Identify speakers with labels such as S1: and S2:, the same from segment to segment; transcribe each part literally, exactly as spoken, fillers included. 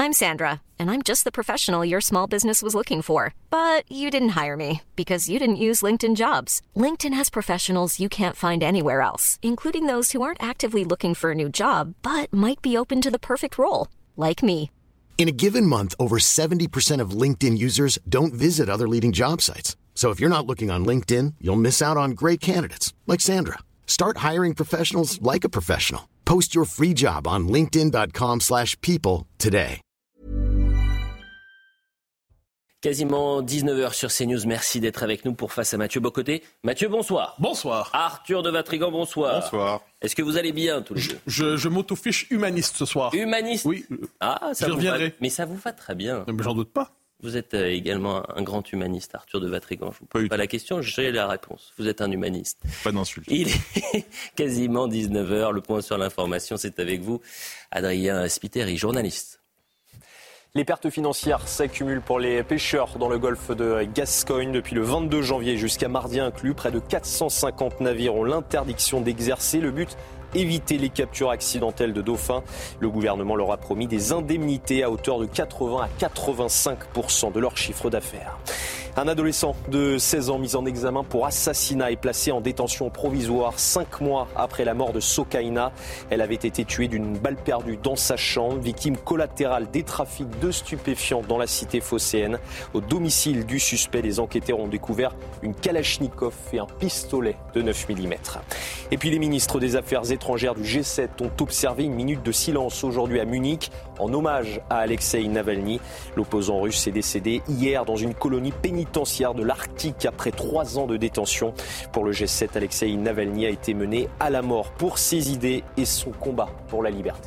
S1: I'm Sandra, and I'm just the professional your small business was looking for. But you didn't hire me because you didn't use LinkedIn Jobs. LinkedIn has professionals you can't find anywhere else, including those who aren't actively looking for a new job, but might be open to the perfect role, like me.
S2: In a given month, over seventy percent of LinkedIn users don't visit other leading job sites. So if you're not looking on LinkedIn, you'll miss out on great candidates like Sandra. Start hiring professionals like a professional. Post your free job on linkedin.com slash people today.
S3: Quasiment dix-neuf heures sur CNews. Merci d'être avec nous pour Face à Mathieu Bock-Côté. Mathieu, bonsoir.
S4: Bonsoir.
S3: Arthur de Vatrigan, bonsoir.
S4: Bonsoir.
S3: Est-ce que vous allez bien tous les deux ?
S4: Je, je, je m'autofiche humaniste ce soir.
S3: Humaniste ?
S4: Oui.
S3: Ah, ça
S4: J'y
S3: vous
S4: reviendrai.
S3: va. Mais ça vous va très bien.
S4: Mais j'en doute pas.
S3: Vous êtes euh, également un grand humaniste, Arthur de Vatrigan. Je ne vous pose pas la question, j'ai la réponse. Vous êtes un humaniste.
S4: Pas d'insulte.
S3: Il est quasiment dix-neuf heures. Le point sur l'information, c'est avec vous, Adrien Spiteri, journaliste.
S5: Les pertes financières s'accumulent pour les pêcheurs dans le golfe de Gascogne. Depuis le vingt-deux janvier jusqu'à mardi inclus, près de quatre cent cinquante navires ont l'interdiction d'exercer. Le but, éviter les captures accidentelles de dauphins. Le gouvernement leur a promis des indemnités à hauteur de quatre-vingts à quatre-vingt-cinq pour cent de leur chiffre d'affaires. Un adolescent de seize ans mis en examen pour assassinat est placé en détention provisoire cinq mois après la mort de Sokaina. Elle avait été tuée d'une balle perdue dans sa chambre, victime collatérale des trafics de stupéfiants dans la cité phocéenne. Au domicile du suspect, les enquêteurs ont découvert une Kalachnikov et un pistolet de neuf millimètres. Et puis les ministres des Affaires étrangères du G sept ont observé une minute de silence aujourd'hui à Munich en hommage à Alexeï Navalny. L'opposant russe est décédé hier dans une colonie pénitentiaire de l'Arctique après trois ans de détention. Pour le G sept, Alexeï Navalny a été mené à la mort pour ses idées et son combat pour la liberté.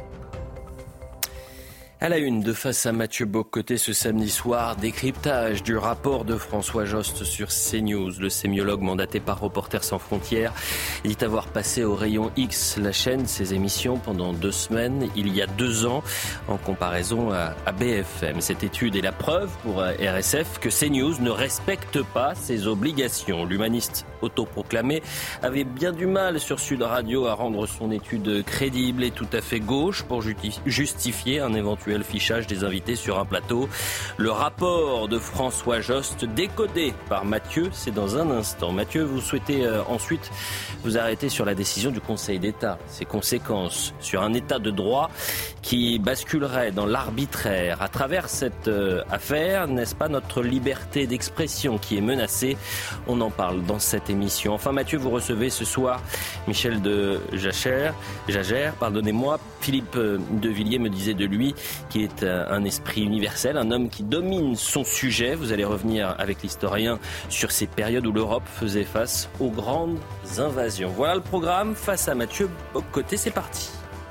S3: À la une de Face à Mathieu Bock-Côté ce samedi soir, décryptage du rapport de François Jost sur CNews. Le sémiologue mandaté par Reporters sans frontières dit avoir passé au rayon X la chaîne, ses émissions pendant deux semaines, il y a deux ans, en comparaison à, à B F M. Cette étude est la preuve pour R S F que CNews ne respecte pas ses obligations. L'humaniste autoproclamé avait bien du mal sur Sud Radio à rendre son étude crédible et tout à fait gauche pour justifier un éventuel fichage des invités sur un plateau. Le rapport de François Jost décodé par Mathieu, c'est dans un instant. Mathieu, vous souhaitez euh, ensuite vous arrêter sur la décision du Conseil d'État, ses conséquences sur un état de droit qui basculerait dans l'arbitraire. À travers cette euh, affaire, n'est-ce pas notre liberté d'expression qui est menacée ? On en parle dans cette émission. Enfin Mathieu, vous recevez ce soir Michel de Jagère, Jagère, pardonnez-moi. Philippe de Villiers me disait de lui qui est un esprit universel, un homme qui domine son sujet. Vous allez revenir avec l'historien sur ces périodes où l'Europe faisait face aux grandes invasions. Voilà le programme. Face à Mathieu Bock-Côté, c'est parti.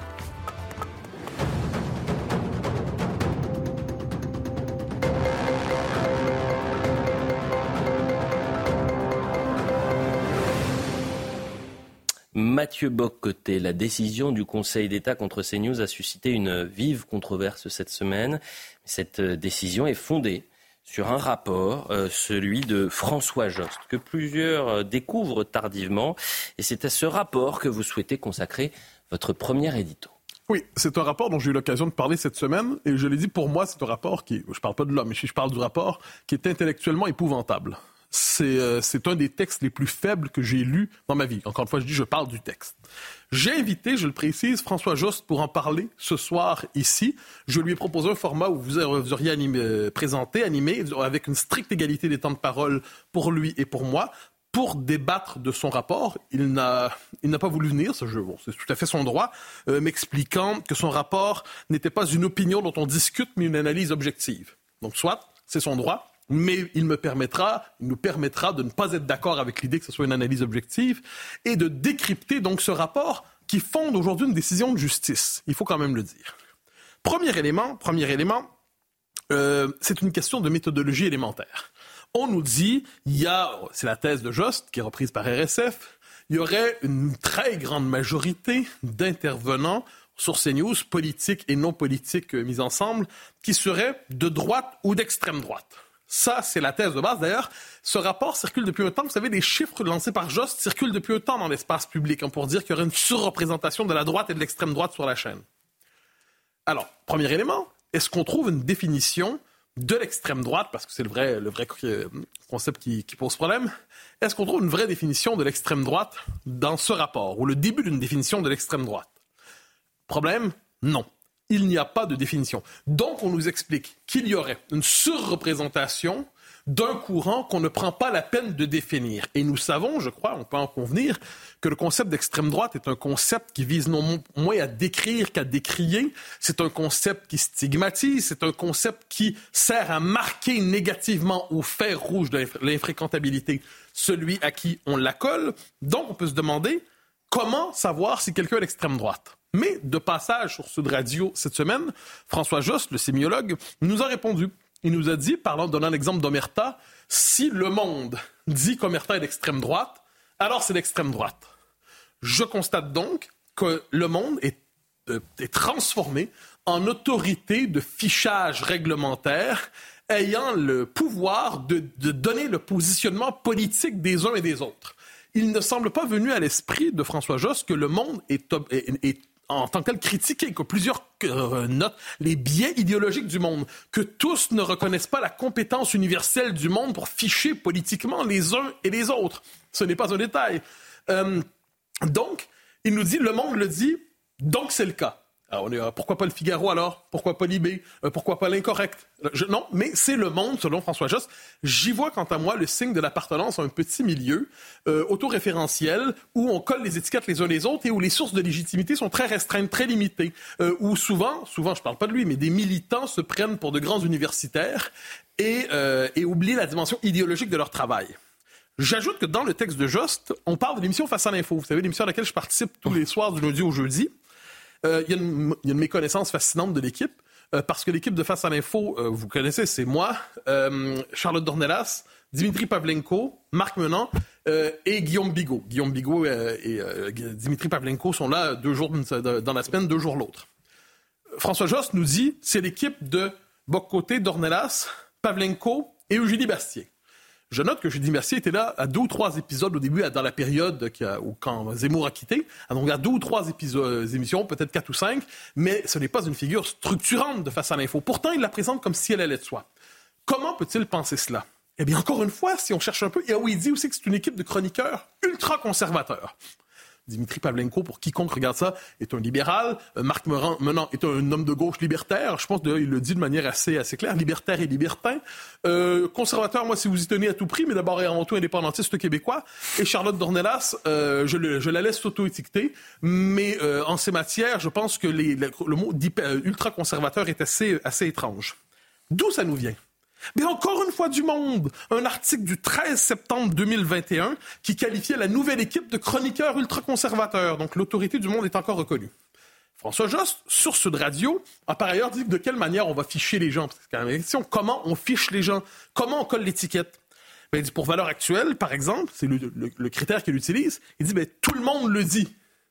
S3: Mathieu Bock-Côté, la décision du Conseil d'État contre CNews a suscité une vive controverse cette semaine. Cette décision est fondée sur un rapport, euh, celui de François Jost, que plusieurs découvrent tardivement. Et c'est à ce rapport que vous souhaitez consacrer votre premier édito.
S4: Oui, c'est un rapport dont j'ai eu l'occasion de parler cette semaine. Et je l'ai dit, pour moi, c'est un rapport qui, je parle pas de l'homme, mais je parle du rapport, qui est intellectuellement épouvantable. C'est, euh, c'est un des textes les plus faibles que j'ai lus dans ma vie. Encore une fois, je dis, je parle du texte. J'ai invité, je le précise, François Jost pour en parler ce soir ici. Je lui ai proposé un format où vous auriez animé, euh, présenté, animé, avec une stricte égalité des temps de parole pour lui et pour moi, pour débattre de son rapport. Il n'a, il n'a pas voulu venir, ça, je, bon, c'est tout à fait son droit, euh, m'expliquant que son rapport n'était pas une opinion dont on discute, mais une analyse objective. Donc, soit, c'est son droit, mais il me permettra, il nous permettra de ne pas être d'accord avec l'idée que ce soit une analyse objective et de décrypter donc ce rapport qui fonde aujourd'hui une décision de justice. Il faut quand même le dire. Premier élément, premier élément, euh, c'est une question de méthodologie élémentaire. On nous dit, il y a, c'est la thèse de Jost qui est reprise par R S F, il y aurait une très grande majorité d'intervenants sur CNews, politiques et non politiques euh, mis ensemble, qui seraient de droite ou d'extrême droite. Ça, c'est la thèse de base. D'ailleurs, ce rapport circule depuis un temps. Vous savez, les chiffres lancés par Jost circulent depuis un temps dans l'espace public hein, pour dire qu'il y aurait une surreprésentation de la droite et de l'extrême droite sur la chaîne. Alors, premier élément, est-ce qu'on trouve une définition de l'extrême droite, parce que c'est le vrai, le vrai concept qui, qui pose problème, est-ce qu'on trouve une vraie définition de l'extrême droite dans ce rapport, ou le début d'une définition de l'extrême droite? Problème? Non. Il n'y a pas de définition. Donc, on nous explique qu'il y aurait une surreprésentation d'un courant qu'on ne prend pas la peine de définir. Et nous savons, je crois, on peut en convenir, que le concept d'extrême droite est un concept qui vise non moins à décrire qu'à décrier. C'est un concept qui stigmatise, c'est un concept qui sert à marquer négativement au fer rouge de l'infréquentabilité celui à qui on la colle. Donc, on peut se demander comment savoir si quelqu'un est d'extrême droite. Mais, de passage sur Sud Radio cette semaine, François Jost, le sémiologue, nous a répondu. Il nous a dit, parlant, donnant l'exemple d'Omerta, si Le Monde dit qu'Omerta est d'extrême droite, alors c'est d'extrême droite. Je constate donc que Le Monde est, euh, est transformé en autorité de fichage réglementaire ayant le pouvoir de, de donner le positionnement politique des uns et des autres. Il ne semble pas venu à l'esprit de François Jost que Le Monde est, est, est en tant que tel critiqué, que plusieurs euh, notent les biais idéologiques du monde, que tous ne reconnaissent pas la compétence universelle du monde pour ficher politiquement les uns et les autres. Ce n'est pas un détail. Euh, donc, il nous dit, Le Monde le dit, donc c'est le cas. Alors, on est, euh, pourquoi pas le Figaro alors? Pourquoi pas l'I B? Euh, pourquoi pas l'Incorrect? Je, non, mais c'est Le Monde, selon François Jost. J'y vois, quant à moi, le signe de l'appartenance à un petit milieu euh, autoréférentiel où on colle les étiquettes les uns les autres et où les sources de légitimité sont très restreintes, très limitées. Euh, où souvent, souvent, je parle pas de lui, mais des militants se prennent pour de grands universitaires et, euh, et oublient la dimension idéologique de leur travail. J'ajoute que dans le texte de Jost, on parle de l'émission Face à l'info. Vous savez, l'émission à laquelle je participe tous les soirs du lundi au jeudi. Il euh, y, y a une méconnaissance fascinante de l'équipe, euh, parce que l'équipe de Face à l'info, euh, vous connaissez, c'est moi, euh, Charlotte Dornelas, Dimitri Pavlenko, Marc Menant euh, et Guillaume Bigot. Guillaume Bigot euh, et euh, Dimitri Pavlenko sont là deux jours dans la semaine, deux jours l'autre. François Jost nous dit, c'est l'équipe de Boccoté, Dornelas, Pavlenko et Eugénie Bastier. Je note que Eugénie Bastier était là à deux ou trois épisodes au début, dans la période qui a, où, quand Zemmour a quitté. Donc, à deux ou trois épisodes, émissions, peut-être quatre ou cinq, mais ce n'est pas une figure structurante de Face à l'info. Pourtant, il la présente comme si elle allait de soi. Comment peut-il penser cela? Eh bien, encore une fois, si on cherche un peu, et où il dit aussi que c'est une équipe de chroniqueurs ultra-conservateurs. Dimitri Pavlenko, pour quiconque regarde ça, est un libéral. Euh, Marc Menant est un homme de gauche libertaire. Je pense qu'il le dit de manière assez, assez claire, libertaire et libertin. Euh, conservateur, moi, si vous y tenez à tout prix, mais d'abord et avant tout indépendantiste québécois. Et Charlotte Dornelas, euh, je, le, je la laisse s'auto-étiqueter, mais euh, en ces matières, je pense que les, le, le mot ultra-conservateur est assez, assez étrange. D'où ça nous vient? Mais encore une fois du Monde, un article du treize septembre deux mille vingt et un qui qualifiait la nouvelle équipe de chroniqueurs ultra-conservateurs. Donc l'autorité du Monde est encore reconnue. François Jost, sur Sud Radio, a par ailleurs dit de quelle manière on va ficher les gens. Parce que c'est quand même une question, comment on fiche les gens? Comment on colle l'étiquette? Ben, il dit pour Valeurs Actuelles, par exemple, c'est le, le, le critère qu'il utilise, il dit ben, tout le monde le dit.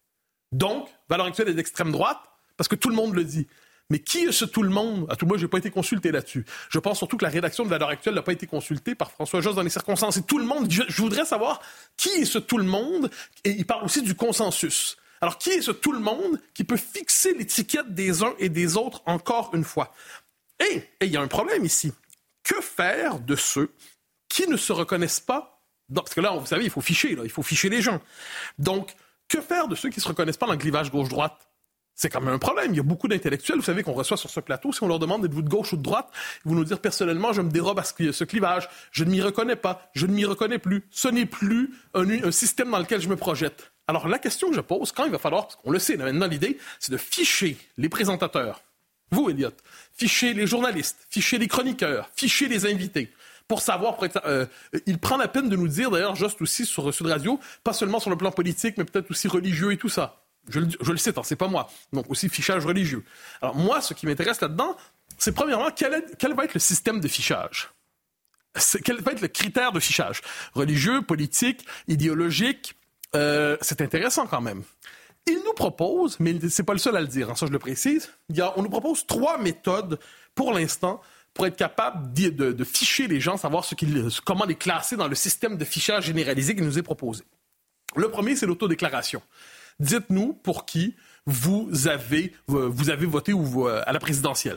S4: Donc, Valeurs Actuelles est d'extrême droite parce que tout le monde le dit. Mais qui est ce tout le monde? À tout le monde, je n'ai pas été consulté là-dessus. Je pense surtout que la rédaction de Valeurs Actuelles n'a pas été consultée par François Jost dans les circonstances. Et tout le monde, je, je voudrais savoir qui est ce tout le monde? Et il parle aussi du consensus. Alors, qui est ce tout le monde qui peut fixer l'étiquette des uns et des autres encore une fois? Et il y a un problème ici. Que faire de ceux qui ne se reconnaissent pas? Non, parce que là, vous savez, il faut ficher, là, il faut ficher les gens. Donc, que faire de ceux qui ne se reconnaissent pas dans le clivage gauche-droite? C'est quand même un problème. Il y a beaucoup d'intellectuels, vous savez, qu'on reçoit sur ce plateau. Si on leur demande d'êtes-vous de gauche ou de droite, ils vont nous dire personnellement, je me dérobe à ce, ce clivage. Je ne m'y reconnais pas. Je ne m'y reconnais plus. Ce n'est plus un, un système dans lequel je me projette. Alors, la question que je pose, quand il va falloir, parce qu'on le sait, maintenant, l'idée, c'est de ficher les présentateurs. Vous, Elliot, ficher les journalistes, ficher les chroniqueurs, ficher les invités. Pour savoir, pour être, euh, il prend la peine de nous dire, d'ailleurs, juste aussi sur Sud Radio, pas seulement sur le plan politique, mais peut-être aussi religieux et tout ça. Je le, je le cite, hein, c'est pas moi. Donc aussi fichage religieux. Alors moi, ce qui m'intéresse là-dedans, c'est premièrement, quel, est, quel va être le système de fichage? C'est, quel va être le critère de fichage? Religieux, politique, idéologique, euh, c'est intéressant quand même. Il nous propose, mais c'est pas le seul à le dire, hein, ça je le précise, il y a, on nous propose trois méthodes pour l'instant pour être capable de, de, de ficher les gens, savoir ce qu'ils, comment les classer dans le système de fichage généralisé qui nous est proposé. Le premier, c'est l'autodéclaration. Dites-nous pour qui vous avez, vous avez voté ou vous, à la présidentielle.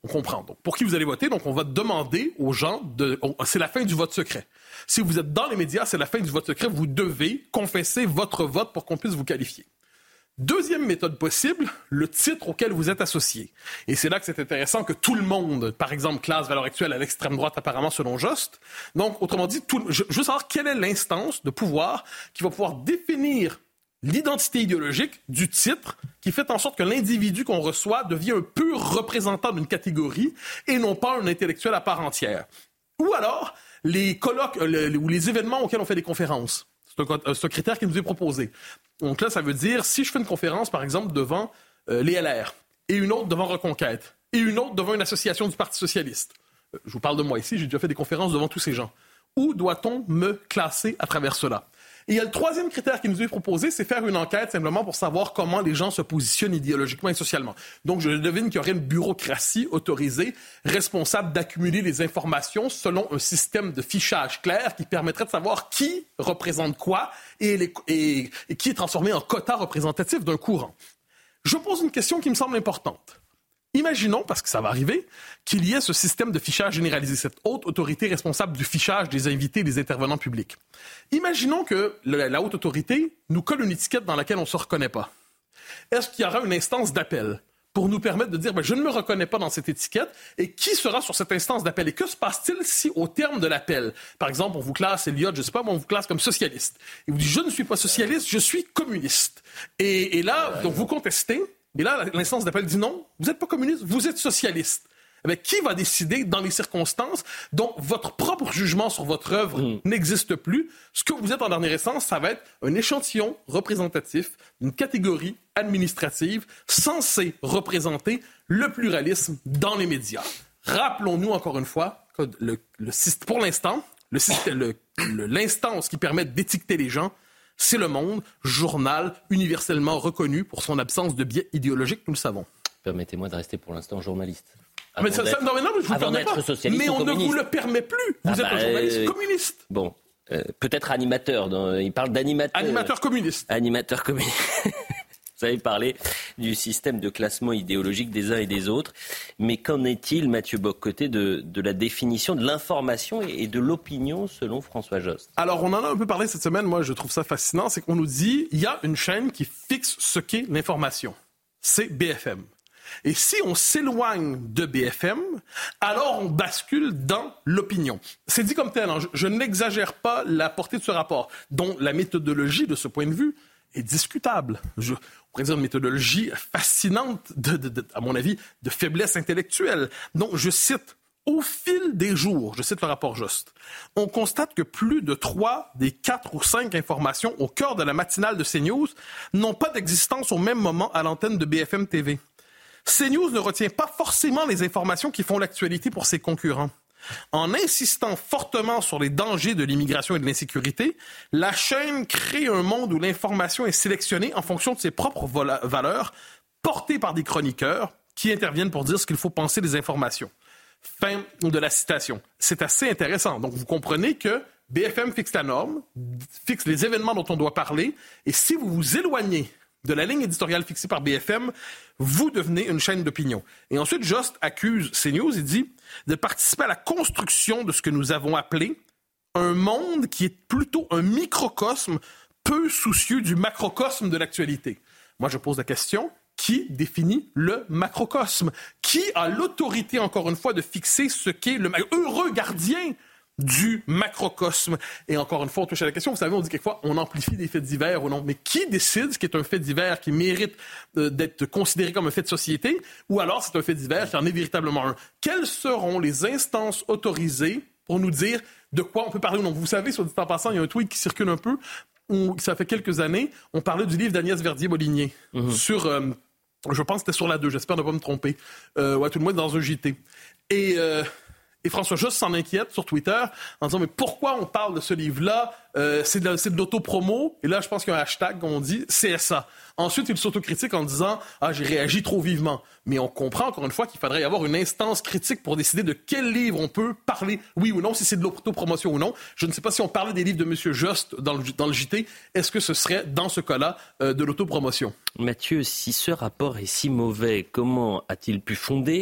S4: On comprend. Donc, pour qui vous allez voter? Donc, on va demander aux gens de... C'est la fin du vote secret. Si vous êtes dans les médias, c'est la fin du vote secret. Vous devez confesser votre vote pour qu'on puisse vous qualifier. Deuxième méthode possible, le titre auquel vous êtes associé. Et c'est là que c'est intéressant que tout le monde, par exemple, classe valeur actuelle à l'extrême droite apparemment selon Jost. Donc, autrement dit, tout, je, je veux savoir quelle est l'instance de pouvoir qui va pouvoir définir l'identité idéologique du titre qui fait en sorte que l'individu qu'on reçoit devient un pur représentant d'une catégorie et non pas un intellectuel à part entière. Ou alors, les colloques le, ou les événements auxquels on fait des conférences. C'est un, c'est un critère qui nous est proposé. Donc là, ça veut dire, si je fais une conférence, par exemple, devant euh, les L R, et une autre devant Reconquête, et une autre devant une association du Parti socialiste, euh, je vous parle de moi ici, j'ai déjà fait des conférences devant tous ces gens. Où doit-on me classer à travers cela? Et il y a le troisième critère qui nous est proposé, c'est faire une enquête simplement pour savoir comment les gens se positionnent idéologiquement et socialement. Donc, je devine qu'il y aurait une bureaucratie autorisée, responsable d'accumuler les informations selon un système de fichage clair qui permettrait de savoir qui représente quoi et, les, et, et qui est transformé en quota représentatif d'un courant. Je pose une question qui me semble importante. Imaginons, parce que ça va arriver, qu'il y ait ce système de fichage généralisé, cette haute autorité responsable du fichage des invités et des intervenants publics. Imaginons que le, la haute autorité nous colle une étiquette dans laquelle on ne se reconnaît pas. Est-ce qu'il y aura une instance d'appel pour nous permettre de dire ben, « je ne me reconnais pas dans cette étiquette » et qui sera sur cette instance d'appel? Et que se passe-t-il si, au terme de l'appel, par exemple, on vous classe, Elliot, je ne sais pas, on vous classe comme socialiste, et vous dites « je ne suis pas socialiste, je suis communiste ». Et, et là, donc vous contestez. Et là, l'instance d'appel dit non, vous n'êtes pas communiste, vous êtes socialiste. Eh bien, qui va décider dans les circonstances dont votre propre jugement sur votre œuvre mmh. n'existe plus? Ce que vous êtes en dernière instance, ça va être un échantillon représentatif d'une catégorie administrative censée représenter le pluralisme dans les médias. Rappelons-nous encore une fois que le, le, pour l'instant, le, le, le, l'instance qui permet d'étiqueter les gens, c'est Le Monde, journal universellement reconnu pour son absence de biais idéologique, nous le savons.
S3: Permettez-moi de rester pour l'instant journaliste.
S4: Mais ça, ça, non, mais non, mais je vous permets pas. Mais on ne vous le permet plus. Vous ah êtes bah, un journaliste euh, communiste.
S3: Bon, euh, peut-être animateur. Dans, il parle d'animateur.
S4: Animateur communiste.
S3: Animateur communiste. Vous avez parlé du système de classement idéologique des uns et des autres. Mais qu'en est-il, Mathieu Bock-Côté, de, de la définition de l'information et de l'opinion selon François Jost?
S4: Alors, on en a un peu parlé cette semaine. Moi, je trouve ça fascinant. C'est qu'on nous dit il y a une chaîne qui fixe ce qu'est l'information. C'est B F M. Et si on s'éloigne de B F M, alors on bascule dans l'opinion. C'est dit comme tel. Hein. Je, je n'exagère pas la portée de ce rapport, dont la méthodologie, de ce point de vue, est discutable. Je, on pourrait dire une méthodologie fascinante, de, de, de, à mon avis, de faiblesse intellectuelle. Donc, je cite, au fil des jours, je cite le rapport Jost, on constate que plus de trois des quatre ou cinq informations au cœur de la matinale de CNews n'ont pas d'existence au même moment à l'antenne de B F M T V. CNews ne retient pas forcément les informations qui font l'actualité pour ses concurrents. En insistant fortement sur les dangers de l'immigration et de l'insécurité, la chaîne crée un monde où l'information est sélectionnée en fonction de ses propres vola- valeurs, portée par des chroniqueurs qui interviennent pour dire ce qu'il faut penser des informations. Fin de la citation. C'est assez intéressant. Donc, vous comprenez que B F M fixe la norme, fixe les événements dont on doit parler, et si vous vous éloignez de la ligne éditoriale fixée par B F M, vous devenez une chaîne d'opinion. Et ensuite, Jost accuse CNews, il dit, de participer à la construction de ce que nous avons appelé un monde qui est plutôt un microcosme peu soucieux du macrocosme de l'actualité. Moi, je pose la question, qui définit le macrocosme? Qui a l'autorité, encore une fois, de fixer ce qu'est le heureux gardien du macrocosme? Et encore une fois, on touche à la question, vous savez, on dit quelquefois, on amplifie des faits divers ou non. Mais qui décide ce qui est un fait divers qui mérite euh, d'être considéré comme un fait de société, ou alors c'est un fait divers qui en est véritablement un? Quelles seront les instances autorisées pour nous dire de quoi on peut parler ou non? Vous savez, soit dit en passant, il y a un tweet qui circule un peu, où ça fait quelques années, on parlait du livre d'Agnès Verdier-Molinier mmh. sur... Euh, je pense que c'était sur la deux, j'espère ne pas me tromper. Euh, ouais, tout le monde dans un J T. Et... Euh, Et François Jost s'en inquiète sur Twitter en disant « Mais pourquoi on parle de ce livre-là? Euh, c'est, de, c'est de l'autopromo. » Et là, je pense qu'il y a un hashtag, comme on dit, C S A. Ensuite, il s'autocritique en disant « Ah, j'ai réagi trop vivement. » Mais on comprend, encore une fois, qu'il faudrait y avoir une instance critique pour décider de quel livre on peut parler, oui ou non, si c'est de l'autopromotion ou non. Je ne sais pas si on parlait des livres de M. Jost dans le, dans le J T. Est-ce que ce serait, dans ce cas-là, euh, de l'autopromotion?
S3: Mathieu, si ce rapport est si mauvais, comment a-t-il pu fonder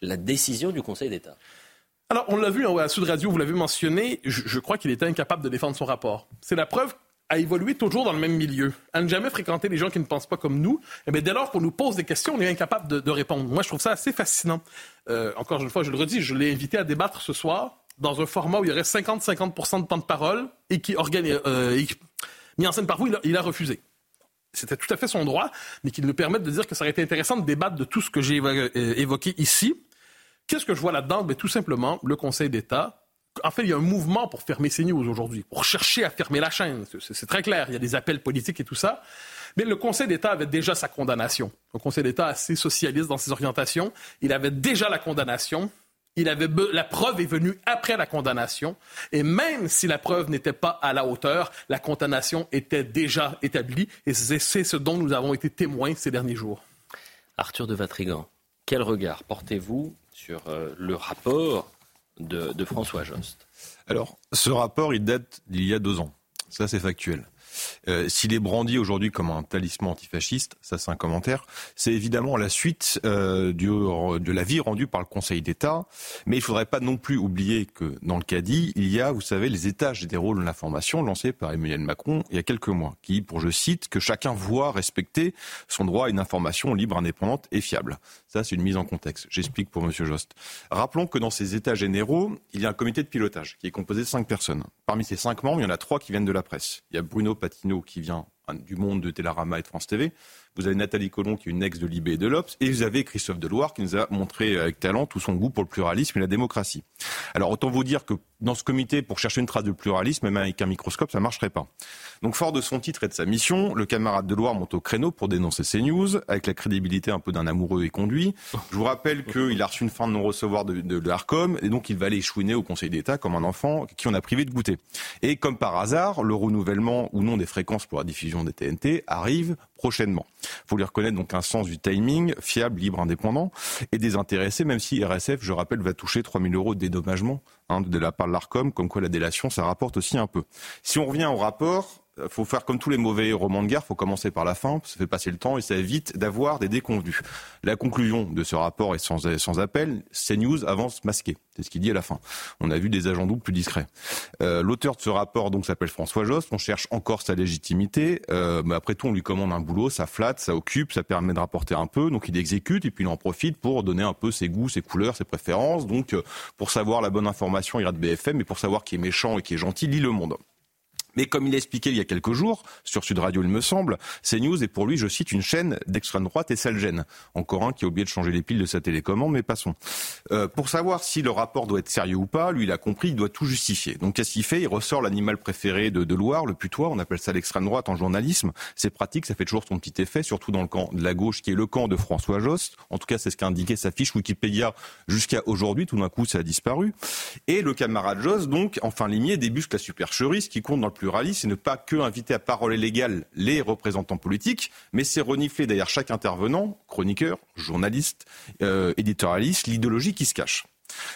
S3: la décision du Conseil d'État.
S4: Alors, on l'a vu à Sud Radio, vous l'avez mentionné, je, je crois qu'il était incapable de défendre son rapport. C'est la preuve à évoluer toujours dans le même milieu, à ne jamais fréquenter les gens qui ne pensent pas comme nous. Et bien, dès lors qu'on nous pose des questions, on est incapable de, de répondre. Moi, je trouve ça assez fascinant. Euh, encore une fois, je le redis, je l'ai invité à débattre ce soir dans un format où il y aurait cinquante à cinquante pour cent de temps de parole et qui organise, euh, et, mis en scène par vous, il a, il a refusé. C'était tout à fait son droit, mais qui nous permette de dire que ça aurait été intéressant de débattre de tout ce que j'ai évoqué ici. Qu'est-ce que je vois là-dedans? Ben, tout simplement, le Conseil d'État. En fait, il y a un mouvement pour fermer CNews aujourd'hui, pour chercher à fermer la chaîne. C'est, c'est très clair, il y a des appels politiques et tout ça. Mais le Conseil d'État avait déjà sa condamnation. Le Conseil d'État assez socialiste dans ses orientations. Il avait déjà la condamnation. Il avait be- la preuve est venue après la condamnation. Et même si la preuve n'était pas à la hauteur, la condamnation était déjà établie. Et c'est, c'est ce dont nous avons été témoins ces derniers jours.
S3: Arthur de Vatrigan, quel regard portez-vous sur euh, le rapport de, de François Jost?
S6: Alors, ce rapport, il date d'il y a deux ans. Ça, c'est factuel. Euh, s'il est brandi aujourd'hui comme un talisman antifasciste, ça c'est un commentaire, c'est évidemment la suite euh, du, de l'avis rendu par le Conseil d'État, mais il ne faudrait pas non plus oublier que dans le Cadi, il y a, vous savez, les états généraux de l'information lancés par Emmanuel Macron il y a quelques mois, qui, pour je cite, que chacun voit respecter son droit à une information libre, indépendante et fiable. Ça, c'est une mise en contexte. J'explique pour M. Jost. Rappelons que dans ces états généraux, il y a un comité de pilotage qui est composé de cinq personnes. Parmi ces cinq membres, il y en a trois qui viennent de la presse. Il y a Bruno Patino qui vient du Monde, de Télérama et de France T V. Vous avez Nathalie Collomb qui est une ex de Libé et de l'Obs. Et vous avez Christophe Deloire qui nous a montré avec talent tout son goût pour le pluralisme et la démocratie. Alors autant vous dire que dans ce comité, pour chercher une trace de pluralisme, même avec un microscope, ça ne marcherait pas. Donc fort de son titre et de sa mission, le camarade Deloire monte au créneau pour dénoncer CNews, avec la crédibilité un peu d'un amoureux éconduit. Je vous rappelle qu'il a reçu une fin de non-recevoir de, de, de l'Arcom, et donc il va aller chouiner au Conseil d'État comme un enfant qui on a privé de goûter. Et comme par hasard, le renouvellement ou non des fréquences pour la diffusion des T N T arrive prochainement. Il faut lui reconnaître donc un sens du timing, fiable, libre, indépendant, et désintéressé, même si R S F, je rappelle, va toucher trois mille euros de dédommagement hein, de la part de l'Arcom, comme quoi la délation, ça rapporte aussi un peu. Si on revient au rapport, il faut faire comme tous les mauvais romans de guerre, il faut commencer par la fin, ça fait passer le temps et ça évite d'avoir des déconvenus. La conclusion de ce rapport est sans, sans appel, CNews avance masqué. C'est ce qu'il dit à la fin. On a vu des agents doubles plus discrets. Euh, l'auteur de ce rapport donc s'appelle François Jost, on cherche encore sa légitimité, euh, mais après tout on lui commande un boulot, ça flatte, ça occupe, ça permet de rapporter un peu, donc il exécute et puis il en profite pour donner un peu ses goûts, ses couleurs, ses préférences. Donc euh, pour savoir la bonne information, il regarde B F M, mais pour savoir qui est méchant et qui est gentil, lit Le Monde. Mais comme il l'a expliqué il y a quelques jours, sur Sud Radio il me semble, CNews est pour lui, je cite, une chaîne d'extrême droite et ça le gêne. Encore un qui a oublié de changer les piles de sa télécommande, mais passons. Euh, pour savoir si le rapport doit être sérieux ou pas, lui il a compris, il doit tout justifier. Donc qu'est-ce qu'il fait? Il ressort l'animal préféré de Deloire, le putois, on appelle ça l'extrême droite en journalisme. C'est pratique, ça fait toujours son petit effet, surtout dans le camp de la gauche qui est le camp de François Jost. En tout cas c'est ce qu'a indiqué sa fiche Wikipédia jusqu'à aujourd'hui, tout d'un coup ça a disparu. Et le camarade Jost, donc, enfin limier, débusque la supercherie, ce qui compte dans le pluralisme, c'est ne pas que inviter à parole légale les représentants politiques, mais c'est renifler derrière chaque intervenant, chroniqueur, journaliste, euh, éditorialiste, l'idéologie qui se cache.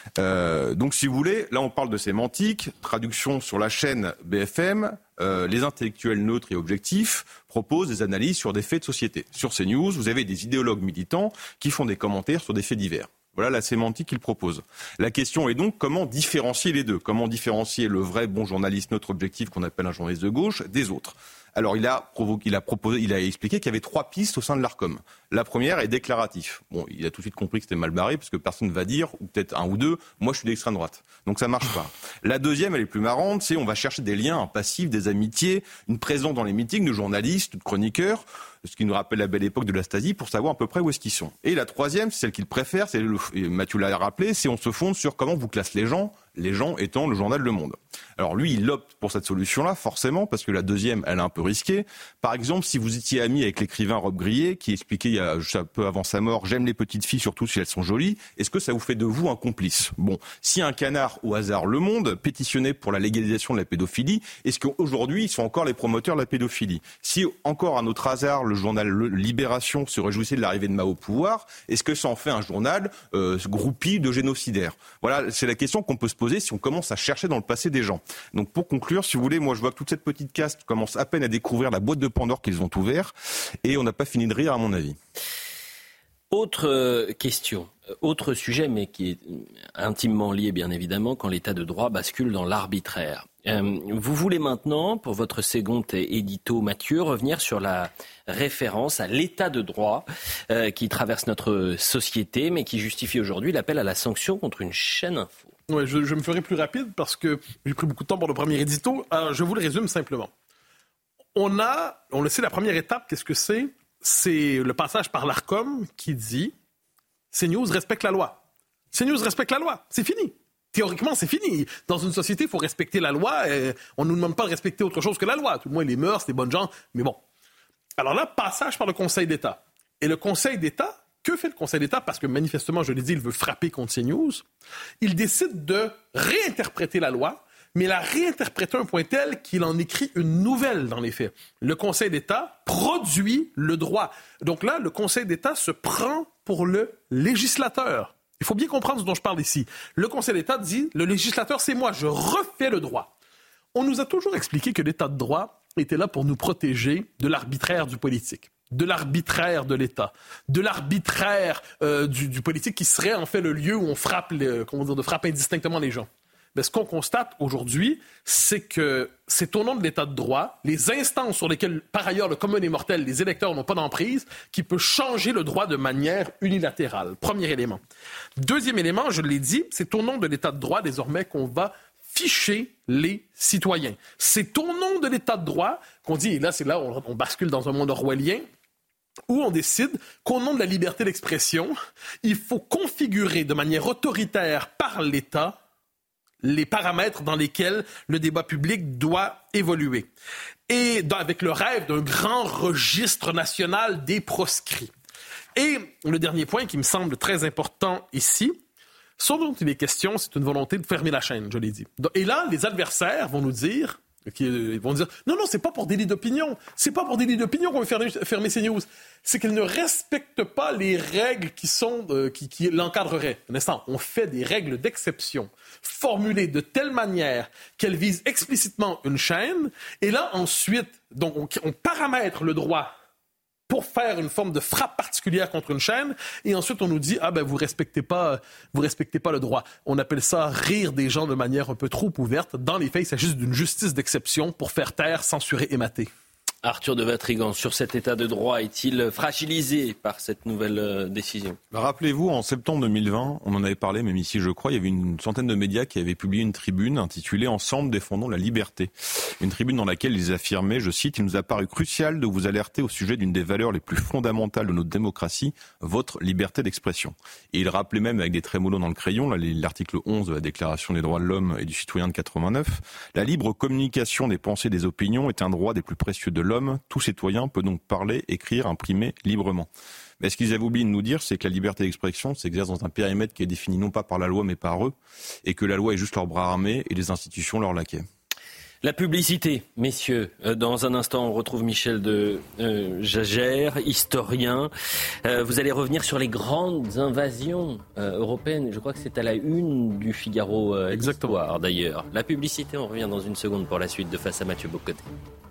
S6: Euh, donc si vous voulez, là on parle de sémantique, traduction sur la chaîne B F M, euh, les intellectuels neutres et objectifs proposent des analyses sur des faits de société. Sur CNews, vous avez des idéologues militants qui font des commentaires sur des faits divers. Voilà la sémantique qu'il propose. La question est donc comment différencier les deux? Comment différencier le vrai bon journaliste neutre objectif qu'on appelle un journaliste de gauche des autres? Alors il a provoqué, il a proposé, il a expliqué qu'il y avait trois pistes au sein de l'Arcom. La première est déclaratif. Bon, il a tout de suite compris que c'était mal barré parce que personne ne va dire, ou peut-être un ou deux, moi je suis d'extrême droite. Donc ça marche pas. La deuxième, elle est plus marrante, c'est on va chercher des liens, un passif, des amitiés, une présence dans les meetings de journalistes, de chroniqueurs, ce qui nous rappelle la belle époque de la Stasi, pour savoir à peu près où est-ce qu'ils sont. Et la troisième, c'est celle qu'il préfère, c'est le, et Mathieu l'a rappelé, c'est on se fonde sur comment vous classent les gens, les gens étant le journal Le Monde. Alors lui, il opte pour cette solution-là, forcément, parce que la deuxième, elle est un peu risquée. Par exemple, si vous étiez ami avec l'écrivain Rob Grillet, qui expliquait il y a un peu avant sa mort, j'aime les petites filles, surtout si elles sont jolies, est-ce que ça vous fait de vous un complice? Bon, si un canard, au hasard Le Monde, pétitionnait pour la légalisation de la pédophilie, est-ce qu'aujourd'hui, ils sont encore les promoteurs de la pédophilie? Si encore un autre hasard, le journal Libération se réjouissait de l'arrivée de Mao au pouvoir, est-ce que ça en fait un journal euh, groupie de génocidaires? Voilà, c'est la question qu'on peut se poser si on commence à chercher dans le passé des gens. Donc pour conclure, si vous voulez, moi je vois que toute cette petite caste commence à peine à découvrir la boîte de Pandore qu'ils ont ouvert, et on n'a pas fini de rire à mon avis.
S3: Autre euh, question, autre sujet, mais qui est intimement lié, bien évidemment, quand l'état de droit bascule dans l'arbitraire. Euh, vous voulez maintenant, pour votre second édito, Mathieu, revenir sur la référence à l'état de droit euh, qui traverse notre société, mais qui justifie aujourd'hui l'appel à la sanction contre une chaîne info.
S4: Oui, je, je me ferai plus rapide parce que j'ai pris beaucoup de temps pour le premier édito. Alors, je vous le résume simplement. On a, on le sait, la première étape, qu'est-ce que c'est? C'est le passage par l'Arcom qui dit « CNews respecte la loi ». CNews respecte la loi, c'est fini. Théoriquement, c'est fini. Dans une société, il faut respecter la loi. Et on ne nous demande pas de respecter autre chose que la loi. Tout le moins, les mœurs, les bonnes gens. Mais bon. Alors là, passage par le Conseil d'État. Et le Conseil d'État, que fait le Conseil d'État? Parce que manifestement, je l'ai dit, il veut frapper contre CNews. Il décide de réinterpréter la loi, mais la réinterpréter à un point tel qu'il en écrit une nouvelle dans les faits. Le Conseil d'État produit le droit. Donc là, le Conseil d'État se prend pour le législateur. Il faut bien comprendre ce dont je parle ici. Le Conseil d'État dit, le législateur, c'est moi, je refais le droit. On nous a toujours expliqué que l'État de droit était là pour nous protéger de l'arbitraire du politique, de l'arbitraire de l'État, de l'arbitraire euh, du, du politique qui serait en fait le lieu où on frappe, les, comment dire, de frappe indistinctement les gens. Mais ce qu'on constate aujourd'hui, c'est que c'est au nom de l'État de droit, les instances sur lesquelles, par ailleurs, le commun des mortels, les électeurs n'ont pas d'emprise, qui peut changer le droit de manière unilatérale. Premier élément. Deuxième élément, je l'ai dit, c'est au nom de l'État de droit, désormais, qu'on va ficher les citoyens. C'est au nom de l'État de droit qu'on dit, et là, c'est là où on, on bascule dans un monde orwellien, où on décide qu'au nom de la liberté d'expression, il faut configurer de manière autoritaire par l'État les paramètres dans lesquels le débat public doit évoluer. Et dans, avec le rêve d'un grand registre national des proscrits. Et le dernier point qui me semble très important ici, ce dont il est question, c'est une volonté de fermer la chaîne, je l'ai dit. Et là, les adversaires vont nous dire, ils vont dire, non, non, c'est pas pour délit d'opinion, c'est pas pour délit d'opinion qu'on veut fermer, fermer CNews. C'est qu'elle ne respecte pas les règles qui sont euh, qui, qui l'encadreraient. Un instant, on fait des règles d'exception formulées de telle manière qu'elles visent explicitement une chaîne, et là ensuite, donc on, on paramètre le droit pour faire une forme de frappe particulière contre une chaîne, et ensuite on nous dit ah ben vous respectez pas vous respectez pas le droit. On appelle ça rire des gens de manière un peu trop ouverte. Dans les faits, il s'agit d'une justice d'exception pour faire taire, censurer et mater.
S3: Arthur de Vatrigan, sur cet état de droit, est-il fragilisé par cette nouvelle euh, décision ?
S6: Rappelez-vous, en septembre deux mille vingt, on en avait parlé, même ici je crois, il y avait une centaine de médias qui avaient publié une tribune intitulée « Ensemble défendons la liberté ». Une tribune dans laquelle ils affirmaient, je cite, « Il nous a paru crucial de vous alerter au sujet d'une des valeurs les plus fondamentales de notre démocratie, votre liberté d'expression ». Et ils rappelaient même avec des trémolos dans le crayon, là, l'article onze de la Déclaration des droits de l'homme et du citoyen de quatre-vingt-neuf, « La libre communication des pensées et des opinions est un droit des plus précieux de l'homme. Tout citoyen peut donc parler, écrire, imprimer librement. » Mais ce qu'ils avaient oublié de nous dire, c'est que la liberté d'expression s'exerce dans un périmètre qui est défini non pas par la loi mais par eux, et que la loi est juste leur bras armé et les institutions leur laquais.
S3: La publicité, messieurs. Dans un instant, on retrouve Michel de euh, Jagère, historien. Euh, vous allez revenir sur les grandes invasions euh, européennes. Je crois que c'est à la une du Figaro euh, Histoire, d'ailleurs. La publicité, on revient dans une seconde pour la suite de Face à Mathieu Bocoté.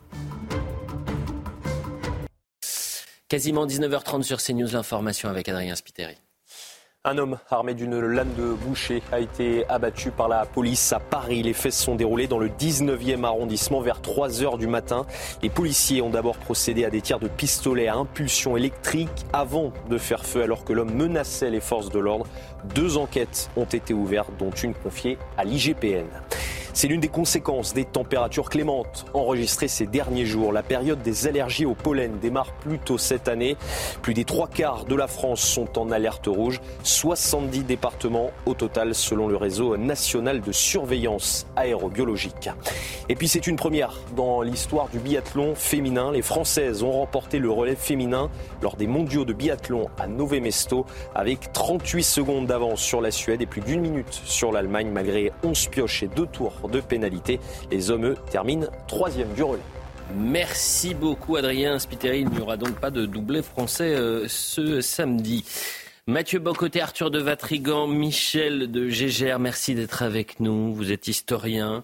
S3: Quasiment dix-neuf heures trente sur CNews, l'information avec Adrien Spiteri.
S5: Un homme armé d'une lame de boucher a été abattu par la police à Paris. Les faits se sont déroulés dans le dix-neuvième arrondissement vers trois heures du matin. Les policiers ont d'abord procédé à des tirs de pistolet à impulsion électrique avant de faire feu alors que l'homme menaçait les forces de l'ordre. Deux enquêtes ont été ouvertes, dont une confiée à l'I G P N. C'est l'une des conséquences des températures clémentes enregistrées ces derniers jours. La période des allergies au pollen démarre plus tôt cette année. Plus des trois quarts de la France sont en alerte rouge. soixante-dix départements au total selon le réseau national de surveillance aérobiologique. Et puis c'est une première dans l'histoire du biathlon féminin. Les Françaises ont remporté le relais féminin lors des mondiaux de biathlon à Nové Mesto avec trente-huit secondes d'avance sur la Suède et plus d'une minute sur l'Allemagne malgré onze pioches et deux tours de pénalité. Les hommes, eux, terminent troisième du relais.
S3: Merci beaucoup Adrien Spiteri. Il n'y aura donc pas de doublé français euh, ce samedi. Mathieu Bocoté, Arthur de Vatrigan, Michel de Jagère, merci d'être avec nous. Vous êtes historien.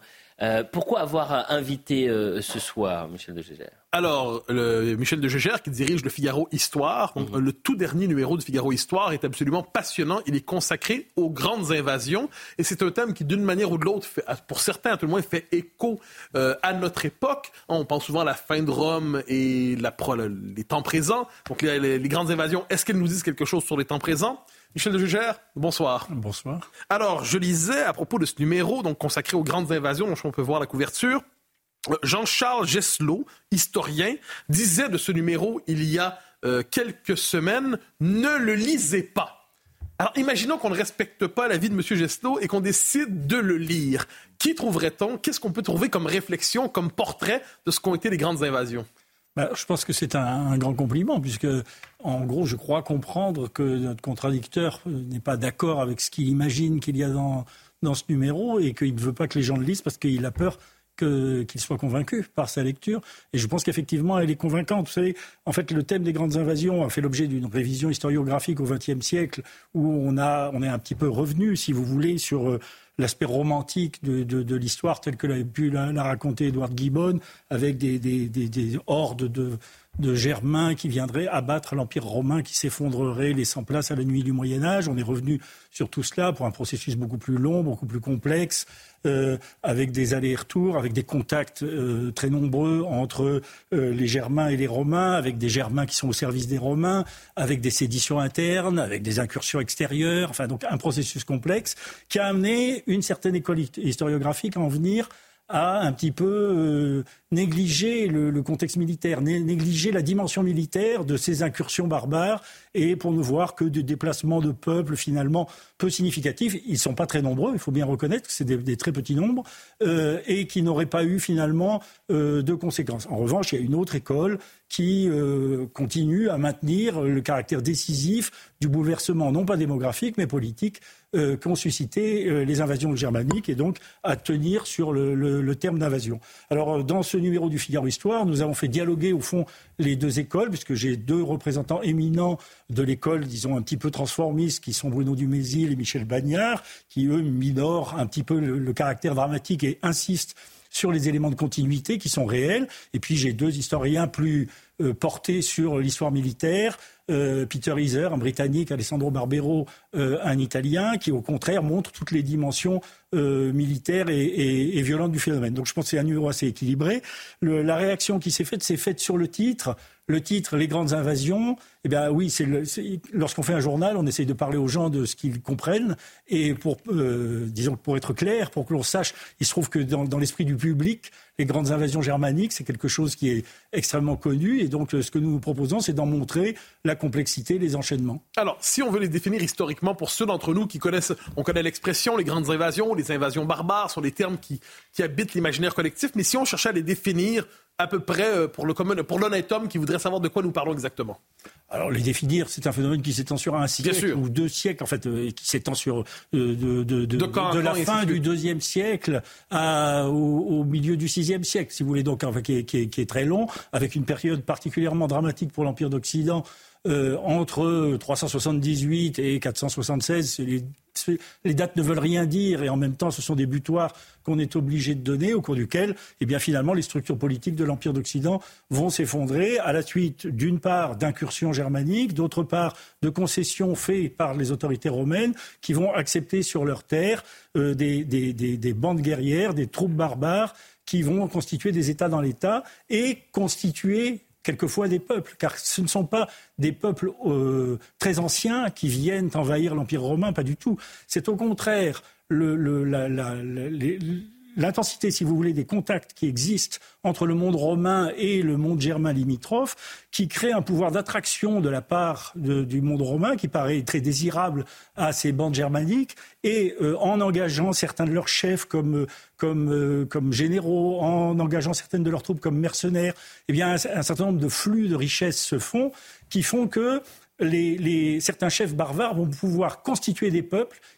S3: Euh, pourquoi avoir invité euh, ce soir Michel Degégère?
S4: Alors, le, Michel Degégère, qui dirige le Figaro Histoire, donc, mmh. le tout dernier numéro du Figaro Histoire est absolument passionnant. Il est consacré aux grandes invasions. Et c'est un thème qui, d'une manière ou de l'autre, fait, pour certains, à tout le moins, fait écho euh, à notre époque. On pense souvent à la fin de Rome et la, les temps présents. Donc, les, les, les grandes invasions, est-ce qu'elles nous disent quelque chose sur les temps présents? Michel Degégère, bonsoir.
S7: Bonsoir.
S4: Alors, je lisais à propos de ce numéro donc consacré aux grandes invasions, dont on peut voir la couverture, Jean-Charles Gesselot, historien, disait de ce numéro il y a euh, quelques semaines, ne le lisez pas. Alors, imaginons qu'on ne respecte pas l'avis de M. Gesselot et qu'on décide de le lire. Qui trouverait-on? Qu'est-ce qu'on peut trouver comme réflexion, comme portrait de ce qu'ont été les grandes invasions?
S7: Ben, je pense que c'est un, un grand compliment, puisque, en gros, je crois comprendre que notre contradicteur n'est pas d'accord avec ce qu'il imagine qu'il y a dans, dans ce numéro et qu'il ne veut pas que les gens le lisent parce qu'il a peur que, qu'il soit convaincu par sa lecture. Et je pense qu'effectivement, elle est convaincante. Vous savez, en fait, le thème des grandes invasions a fait l'objet d'une révision historiographique au vingtième siècle où on, a, on est un petit peu revenu, si vous voulez, sur euh, l'aspect romantique de, de, de l'histoire telle que l'avait pu la, la raconter Edward Gibbon, avec des, des, des, des hordes de, de Germains qui viendraient abattre l'Empire romain, qui s'effondrerait, laissant place à la nuit du Moyen-Âge. On est revenu sur tout cela pour un processus beaucoup plus long, beaucoup plus complexe, euh, avec des allers-retours, avec des contacts euh, très nombreux entre euh, les Germains et les Romains, avec des Germains qui sont au service des Romains, avec des séditions internes, avec des incursions extérieures, enfin donc un processus complexe qui a amené une certaine école historiographique à en venir à un petit peu euh, négliger le, le contexte militaire, né, négliger la dimension militaire de ces incursions barbares et pour ne voir que des déplacements de peuples finalement peu significatifs. Ils ne sont pas très nombreux, il faut bien reconnaître que c'est des, des très petits nombres euh, et qui n'auraient pas eu finalement euh, de conséquences. En revanche, il y a une autre école qui euh, continue à maintenir le caractère décisif du bouleversement, non pas démographique, mais politique, euh, qu'ont suscité euh, les invasions germaniques et donc à tenir sur le, le, le terme d'invasion. Alors, dans ce numéro du Figaro Histoire, nous avons fait dialoguer, au fond, les deux écoles, puisque j'ai deux représentants éminents de l'école, disons, un petit peu transformiste, qui sont Bruno Dumézil et Michel Bagnard, qui, eux, minorent un petit peu le, le caractère dramatique et insistent sur les éléments de continuité qui sont réels. Et puis j'ai deux historiens plus euh, portés sur l'histoire militaire, euh, Peter Iser, un Britannique, Alessandro Barbero, euh, un Italien, qui au contraire montrent toutes les dimensions euh, militaires et, et, et violentes du phénomène. Donc je pense que c'est un numéro assez équilibré. Le, la réaction qui s'est faite, c'est faite sur le titre. Le titre, Les grandes invasions, eh bien oui, c'est le, c'est, lorsqu'on fait un journal, on essaye de parler aux gens de ce qu'ils comprennent. Et pour, euh, disons, pour être clair, pour que l'on sache, il se trouve que dans, dans l'esprit du public, les grandes invasions germaniques, c'est quelque chose qui est extrêmement connu. Et donc, ce que nous nous proposons, c'est d'en montrer la complexité, les enchaînements.
S4: Alors, si on veut les définir historiquement, pour ceux d'entre nous qui connaissent, on connaît l'expression, les grandes invasions, les invasions barbares, sont des termes qui, qui habitent l'imaginaire collectif. Mais si on cherchait à les définir à peu près pour, le commun, pour l'honnête homme qui voudrait savoir de quoi nous parlons exactement.
S7: Alors, les définir, c'est un phénomène qui s'étend sur un siècle ou deux siècles, en fait, euh, qui s'étend sur euh, de, de, de, de, quand, de la fin du deuxième siècle à, au, au milieu du sixième siècle, si vous voulez, donc, enfin, qui, est, qui, est, qui est très long, avec une période particulièrement dramatique pour l'Empire d'Occident, euh, entre trois cent soixante-dix-huit et quatre cent soixante-seize. Les, les dates ne veulent rien dire et en même temps, ce sont des butoirs qu'on est obligé de donner, au cours duquel, eh bien, finalement, les structures politiques de l'Empire d'Occident vont s'effondrer à la suite, d'une part, d'incursions germaniques, d'autre part, de concessions faites par les autorités romaines qui vont accepter sur leur terre euh, des, des, des, des bandes guerrières, des troupes barbares qui vont constituer des États dans l'État et constituer quelquefois des peuples, car ce ne sont pas des peuples euh, très anciens qui viennent envahir l'Empire romain, pas du tout. C'est au contraire le, le, la, la, la, les, l'intensité, si vous voulez, des contacts qui existent entre le monde romain et le monde germain limitrophe, qui crée un pouvoir d'attraction de la part de, du monde romain, qui paraît très désirable à ces bandes germaniques, et euh, en engageant certains de leurs chefs comme, comme, euh, comme généraux, en engageant certaines de leurs troupes comme mercenaires, eh bien, un, un certain nombre de flux de richesses se font, qui font que Les, les, certains chefs barbares vont pouvoir constituer des peuples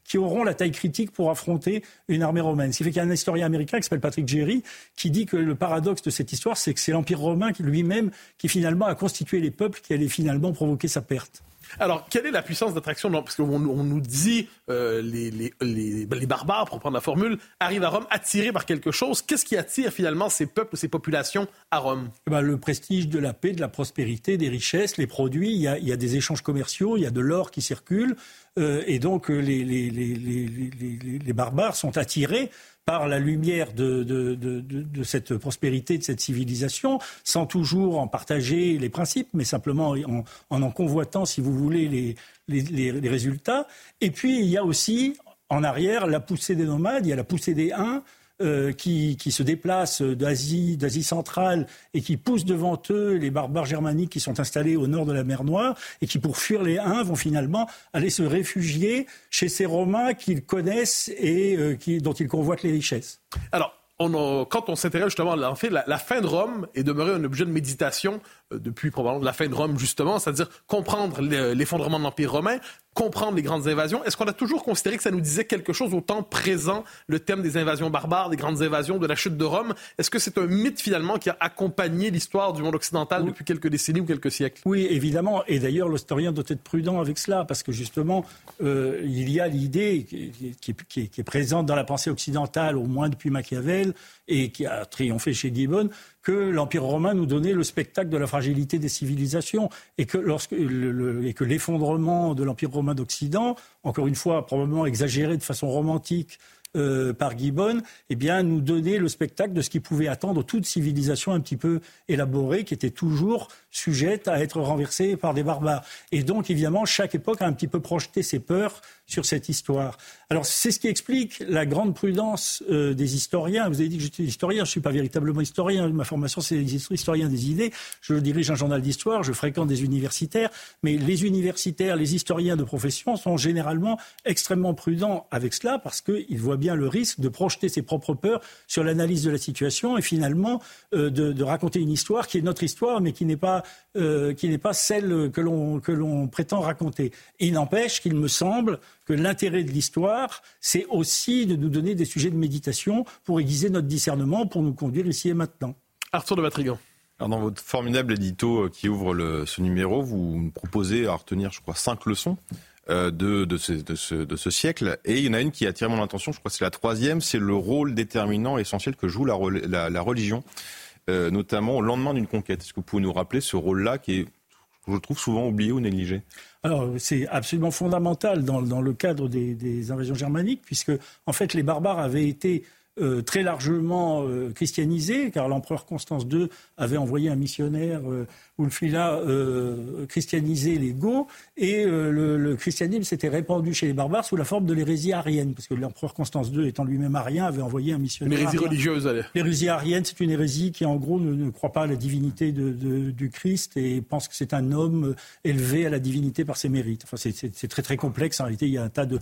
S7: qui auront la taille critique pour affronter une armée romaine. Ce qui fait qu'il y a un historien américain qui s'appelle Patrick Jerry qui dit que le paradoxe de cette histoire, c'est que c'est l'Empire romain qui, lui-même qui finalement a constitué les peuples qui allaient finalement provoquer sa perte.
S4: Alors, quelle est la puissance d'attraction? Parce qu'on on nous dit euh, les, les, les, les barbares, pour prendre la formule, arrivent à Rome attirés par quelque chose. Qu'est-ce qui attire finalement ces peuples, ces populations à Rome? Eh
S7: ben, le prestige de la paix, de la prospérité, des richesses, les produits. Il y a, il y a des échanges commerciaux, il y a de l'or qui circule. Euh, et donc, les, les, les, les, les, les barbares sont attirés par la lumière de, de, de, de, de cette prospérité, de cette civilisation, sans toujours en partager les principes, mais simplement en en, en convoitant, si vous voulez, les, les, les, les résultats. Et puis, il y a aussi, en arrière, la poussée des nomades, il y a la poussée des Huns, Euh, qui, qui se déplacent d'Asie, d'Asie centrale et qui poussent devant eux les barbares germaniques qui sont installés au nord de la mer Noire et qui, pour fuir les Huns, vont finalement aller se réfugier chez ces Romains qu'ils connaissent et euh, qui, dont ils convoitent les richesses.
S4: Alors, on a, quand on s'intéresse justement, en fait, la, la fin de Rome est demeurée un objet de méditation euh, depuis probablement la fin de Rome, justement, c'est-à-dire comprendre l'effondrement de l'Empire romain, comprendre les grandes invasions. Est-ce qu'on a toujours considéré que ça nous disait quelque chose au temps présent, le thème des invasions barbares, des grandes invasions, de la chute de Rome? Est-ce que c'est un mythe, finalement, qui a accompagné l'histoire du monde occidental oui. depuis quelques décennies ou quelques siècles?
S7: Oui, évidemment. Et d'ailleurs, l'historien doit être prudent avec cela, parce que, justement, euh, il y a l'idée qui, qui, qui, qui est présente dans la pensée occidentale, au moins depuis Machiavel, et qui a triomphé chez Gibbon, que l'Empire romain nous donnait le spectacle de la fragilité des civilisations et que, lorsque, le, le, et que l'effondrement de l'Empire romain d'Occident, encore une fois probablement exagéré de façon romantique euh, par Gibbon, eh bien, nous donnait le spectacle de ce qui pouvait attendre toute civilisation un petit peu élaborée qui était toujours sujette à être renversée par des barbares. Et donc, évidemment, chaque époque a un petit peu projeté ses peurs sur cette histoire. Alors, c'est ce qui explique la grande prudence euh, des historiens. Vous avez dit que j'étais historien, je ne suis pas véritablement historien. Ma formation, c'est historien des idées. Je dirige un journal d'histoire, je fréquente des universitaires. Mais les universitaires, les historiens de profession sont généralement extrêmement prudents avec cela parce qu'ils voient bien le risque de projeter ses propres peurs sur l'analyse de la situation et finalement euh, de, de raconter une histoire qui est notre histoire, mais qui n'est pas, euh, qui n'est pas celle que l'on, que l'on prétend raconter. Et il n'empêche qu'il me semble que l'intérêt de l'histoire, c'est aussi de nous donner des sujets de méditation pour aiguiser notre discernement, pour nous conduire ici et maintenant.
S4: Arthur de Vatrigan.
S6: Alors dans votre formidable édito qui ouvre le, ce numéro, vous me proposez à retenir, je crois, cinq leçons euh, de, de, ce, de, ce, de ce siècle. Et il y en a une qui attire mon attention, je crois que c'est la troisième, c'est le rôle déterminant, essentiel que joue la, la, la religion, euh, notamment au lendemain d'une conquête. Est-ce que vous pouvez nous rappeler ce rôle-là qui est, je le trouve, souvent oublié ou négligé?
S7: Alors, c'est absolument fondamental dans, dans le cadre des, des invasions germaniques, puisque, en fait, les barbares avaient été euh, très largement euh, christianisés, car l'empereur Constance deux avait envoyé un missionnaire, euh, Wulfila, euh, christianiser les Goths, et euh, le, le christianisme s'était répandu chez les barbares sous la forme de l'hérésie arienne, parce que l'empereur Constance deux, étant lui-même arien, avait envoyé un missionnaire.
S4: L'hérésie religieuse, allez.
S7: L'hérésie arienne, c'est une hérésie qui, en gros, ne, ne croit pas à la divinité de, de, du Christ et pense que c'est un homme élevé à la divinité par ses mérites. Enfin, c'est, c'est, c'est très très complexe. En réalité, il y a un tas de,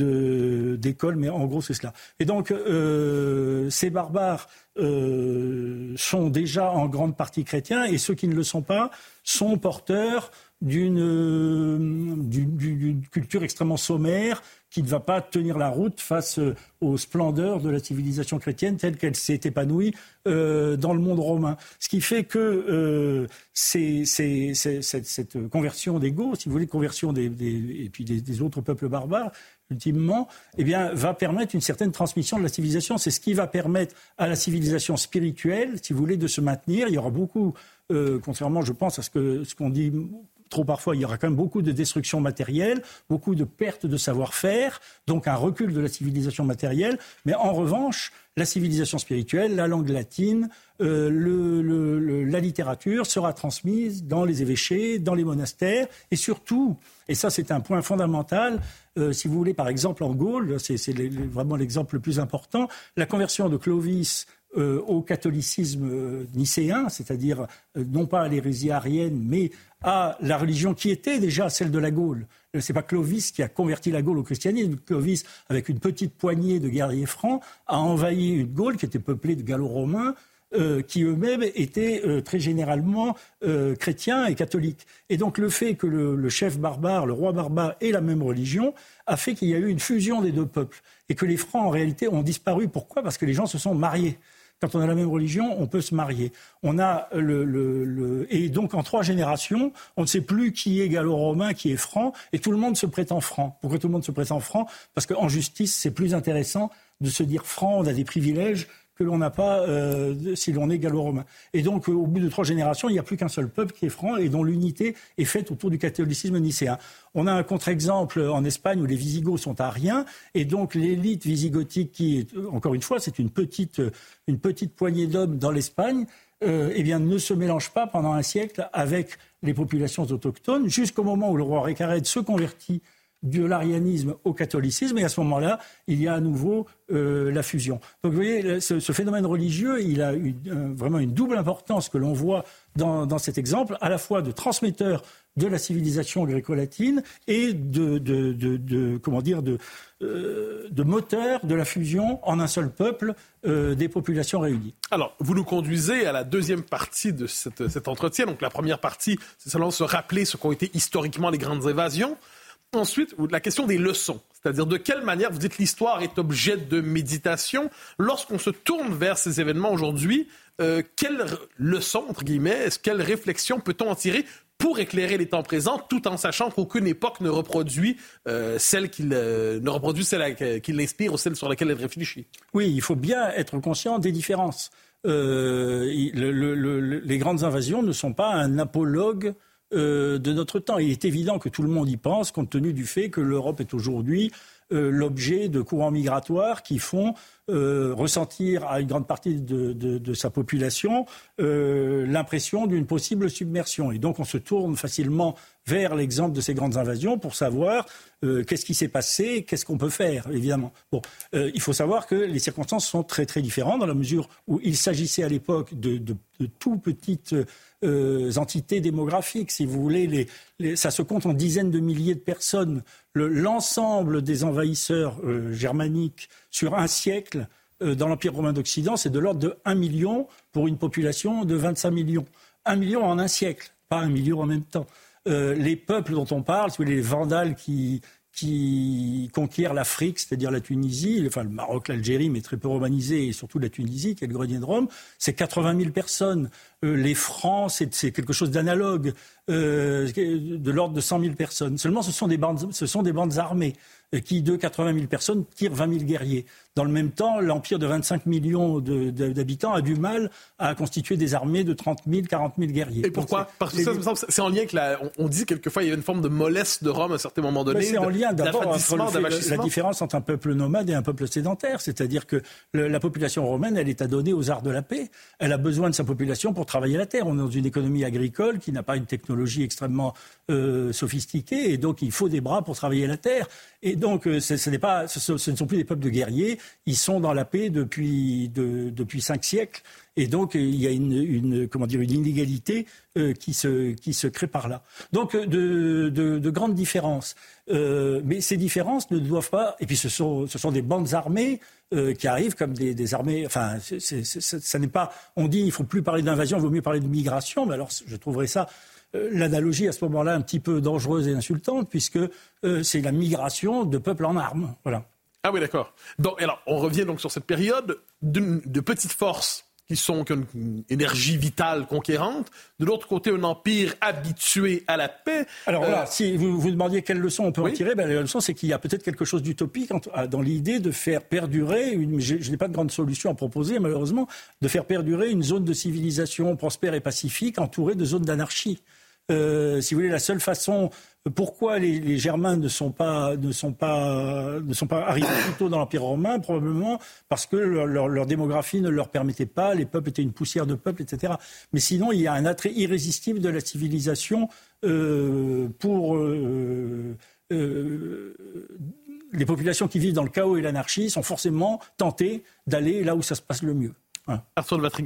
S7: de, d'écoles, mais en gros, c'est cela. Et donc, euh, ces barbares euh, sont déjà en grande partie chrétiens, et ceux qui ne le sont pas sont porteurs d'une, euh, d'une, d'une culture extrêmement sommaire qui ne va pas tenir la route face aux splendeurs de la civilisation chrétienne telle qu'elle s'est épanouie euh, dans le monde romain. Ce qui fait que euh, c'est, c'est, c'est, cette, cette conversion des Goths, si vous voulez, conversion des, des, et puis des, des autres peuples barbares, ultimement, eh bien, va permettre une certaine transmission de la civilisation. C'est ce qui va permettre à la civilisation spirituelle, si vous voulez, de se maintenir. Il y aura beaucoup, euh, contrairement, je pense, à ce, que, ce qu'on dit trop parfois, il y aura quand même beaucoup de destruction matérielle, beaucoup de perte de savoir-faire, donc un recul de la civilisation matérielle. Mais en revanche, la civilisation spirituelle, la langue latine, euh, le, le, le, la littérature sera transmise dans les évêchés, dans les monastères, et surtout, et ça c'est un point fondamental, euh, si vous voulez, par exemple en Gaule, c'est, c'est les, vraiment l'exemple le plus important, la conversion de Clovis Euh, au catholicisme euh, nicéen, c'est-à-dire euh, non pas à l'hérésie arienne, mais à la religion qui était déjà celle de la Gaule. Euh, c'est pas Clovis qui a converti la Gaule au christianisme. Clovis, avec une petite poignée de guerriers francs, a envahi une Gaule qui était peuplée de Gallo-Romains, euh, qui eux-mêmes étaient euh, très généralement euh, chrétiens et catholiques. Et donc le fait que le, le chef barbare, le roi barbare, ait la même religion a fait qu'il y a eu une fusion des deux peuples et que les Francs en réalité ont disparu. Pourquoi ? Parce que les gens se sont mariés. Quand on a la même religion, on peut se marier. On a le, le, le... Et donc, en trois générations, on ne sait plus qui est gallo-romain, qui est franc, et tout le monde se prétend franc. Pourquoi tout le monde se prétend franc ? Parce qu'en justice, c'est plus intéressant de se dire franc, on a des privilèges que l'on n'a pas euh, si l'on est gallo-romain. Et donc, euh, au bout de trois générations, il n'y a plus qu'un seul peuple qui est franc et dont l'unité est faite autour du catholicisme nicéen. On a un contre-exemple en Espagne où les Visigoths sont ariens, et donc l'élite visigothique, qui, encore une fois, c'est une petite, une petite poignée d'hommes dans l'Espagne, euh, eh bien, ne se mélange pas pendant un siècle avec les populations autochtones, jusqu'au moment où le roi Récarède se convertit de l'arianisme au catholicisme, et à ce moment-là, il y a à nouveau euh, la fusion. Donc vous voyez, ce, ce phénomène religieux, il a eu, euh, vraiment une double importance que l'on voit dans, dans cet exemple, à la fois de transmetteur de la civilisation gréco-latine et de, de, de, de comment dire, de, euh, de moteur de la fusion en un seul peuple euh, des populations réunies.
S4: Alors, vous nous conduisez à la deuxième partie de cette, cet entretien. Donc la première partie, c'est seulement se rappeler ce qu'ont été historiquement les grandes évasions. Ensuite, la question des leçons, c'est-à-dire de quelle manière, vous dites l'histoire est objet de méditation. Lorsqu'on se tourne vers ces événements aujourd'hui, euh, quelles leçons, entre guillemets, quelles réflexions peut-on en tirer pour éclairer les temps présents, tout en sachant qu'aucune époque ne reproduit euh, celle qu'il euh, ne reproduit celle qui l'inspire ou celle sur laquelle elle réfléchit? Oui,
S7: il faut bien être conscient des différences. Euh, le, le, le, les grandes invasions ne sont pas un apologue Euh, de notre temps. Il est évident que tout le monde y pense, compte tenu du fait que l'Europe est aujourd'hui euh, l'objet de courants migratoires qui font euh, ressentir à une grande partie de, de, de sa population euh, l'impression d'une possible submersion. Et donc on se tourne facilement vers l'exemple de ces grandes invasions pour savoir euh, qu'est-ce qui s'est passé, qu'est-ce qu'on peut faire, évidemment. Bon, euh, il faut savoir que les circonstances sont très très différentes dans la mesure où il s'agissait à l'époque de, de, de tout petites Euh, entités démographiques, si vous voulez. Les, les, ça se compte en dizaines de milliers de personnes. Le, l'ensemble des envahisseurs euh, germaniques sur un siècle euh, dans l'Empire romain d'Occident, c'est de l'ordre de un million pour une population de vingt-cinq millions. un million en un siècle, pas un million en même temps. Euh, les peuples dont on parle, si vous voulez, les Vandales qui... qui conquiert l'Afrique, c'est-à-dire la Tunisie, enfin le Maroc, l'Algérie, mais très peu romanisé, et surtout la Tunisie, qui est le grenier de Rome, c'est quatre-vingt mille personnes. Euh, les Francs, c'est, c'est quelque chose d'analogue, euh, de l'ordre de cent mille personnes. Seulement, ce sont des bandes, ce sont des bandes armées qui, de quatre-vingt mille personnes, tirent vingt mille guerriers. Dans le même temps, l'empire de vingt-cinq millions de, de, d'habitants a du mal à constituer des armées de trente mille, quarante mille guerriers.
S4: Et pourquoi? Donc, Parce que ça, les... ça, c'est en lien avec la... On, on dit quelquefois il y a une forme de mollesse de Rome à un certain moment donné.
S7: Ben c'est en lien d'abord entre le fait, la différence entre un peuple nomade et un peuple sédentaire. C'est-à-dire que le, la population romaine, elle est adonnée aux arts de la paix. Elle a besoin de sa population pour travailler la terre. On est dans une économie agricole qui n'a pas une technologie extrêmement euh, sophistiquée. Et donc, il faut des bras pour travailler la terre. Et donc, ce, ce, n'est pas, ce, ce ne sont plus des peuples de guerriers. Ils sont dans la paix depuis, de, depuis cinq siècles. Et donc, il y a une, une, comment dire, une inégalité euh, qui, se, qui se crée par là. Donc, de, de, de grandes différences. Euh, mais ces différences ne doivent pas... Et puis, ce sont, ce sont des bandes armées euh, qui arrivent comme des, des armées... Enfin, c'est, c'est, c'est, ça n'est pas... On dit il ne faut plus parler d'invasion, il vaut mieux parler de migration. Mais alors, je trouverais ça... Euh, l'analogie à ce moment-là un petit peu dangereuse et insultante, puisque euh, c'est la migration de peuples en armes. Voilà.
S4: Ah oui, d'accord. Donc, alors, on revient donc sur cette période de, de petites forces qui sont une énergie vitale conquérante. De l'autre côté, un empire habitué à la paix.
S7: Alors voilà, euh... si vous vous demandiez quelle leçon on peut oui. en tirer, ben, la leçon, c'est qu'il y a peut-être quelque chose d'utopique dans l'idée de faire perdurer, une, je, je n'ai pas de grande solution à proposer, malheureusement, de faire perdurer une zone de civilisation prospère et pacifique entourée de zones d'anarchie. Euh, si vous voulez, la seule façon... Pourquoi les, les Germains ne sont pas, ne sont pas, ne sont pas arrivés plus tôt dans l'Empire romain? Probablement parce que leur, leur, leur démographie ne leur permettait pas, les peuples étaient une poussière de peuples, et cetera. Mais sinon, il y a un attrait irrésistible de la civilisation euh, pour euh, euh, les populations qui vivent dans le chaos et l'anarchie sont forcément tentées d'aller là où ça se passe le mieux. Voilà.
S4: Arthur de Vatrigan.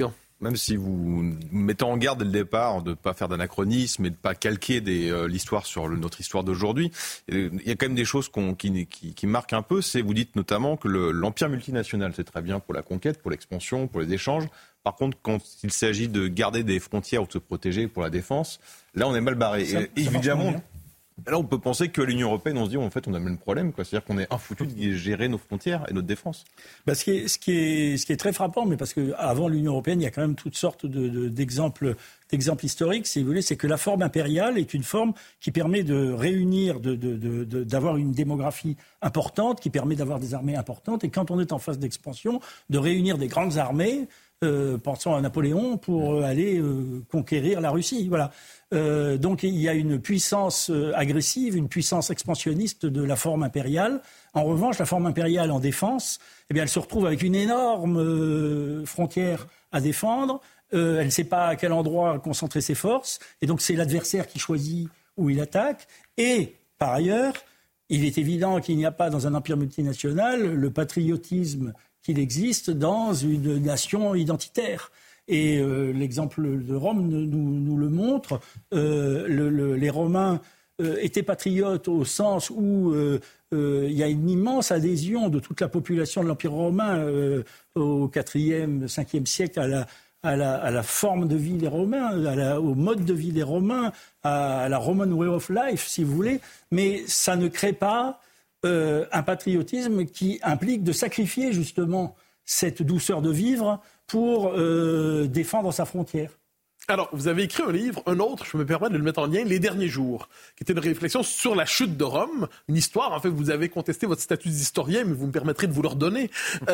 S6: Même si vous mettez en garde dès le départ de ne pas faire d'anachronisme et de ne pas calquer des, euh, l'histoire sur le, notre histoire d'aujourd'hui, il y a quand même des choses qu'on, qui, qui, qui marquent un peu. C'est, vous dites notamment que le, l'empire multinational, c'est très bien pour la conquête, pour l'expansion, pour les échanges. Par contre, quand il s'agit de garder des frontières ou de se protéger pour la défense, là, on est mal barré.
S7: Ça,
S6: et,
S7: ça
S6: évidemment, là, on peut penser que l'Union européenne, on se dit, en fait, on a le même problème, quoi. C'est-à-dire qu'on est infoutu de gérer nos frontières et notre défense.
S7: Bah, ce, qui est, ce, qui est, ce qui est très frappant, mais parce qu'avant l'Union européenne, il y a quand même toutes sortes de, de, d'exemples, d'exemples historiques, si vous voulez, c'est que la forme impériale est une forme qui permet de réunir, de, de, de, de, d'avoir une démographie importante, qui permet d'avoir des armées importantes, et quand on est en phase d'expansion, de réunir des grandes armées, euh, pensons à Napoléon, pour euh, aller euh, conquérir la Russie. Voilà. Euh, donc il y a une puissance euh, agressive, une puissance expansionniste de la forme impériale. En revanche, la forme impériale en défense, eh bien, elle se retrouve avec une énorme euh, frontière à défendre. Euh, elle ne sait pas à quel endroit concentrer ses forces. Et donc c'est l'adversaire qui choisit où il attaque. Et par ailleurs, il est évident qu'il n'y a pas dans un empire multinational le patriotisme qu'il existe dans une nation identitaire. Et euh, l'exemple de Rome nous, nous le montre. Euh, le, le, les Romains euh, étaient patriotes au sens où euh, euh, il y a une immense adhésion de toute la population de l'Empire romain euh, au quatrième, cinquième siècle à la, à, la, à la forme de vie des Romains, à la, au mode de vie des Romains, à, à la Roman way of life, si vous voulez. Mais ça ne crée pas euh, un patriotisme qui implique de sacrifier justement cette douceur de vivre pour euh, défendre sa frontière.
S4: Alors, vous avez écrit un livre, un autre, je me permets de le mettre en lien, Les Derniers Jours, qui était une réflexion sur la chute de Rome, une histoire. En fait, vous avez contesté votre statut d'historien, mais vous me permettrez de vous le redonner.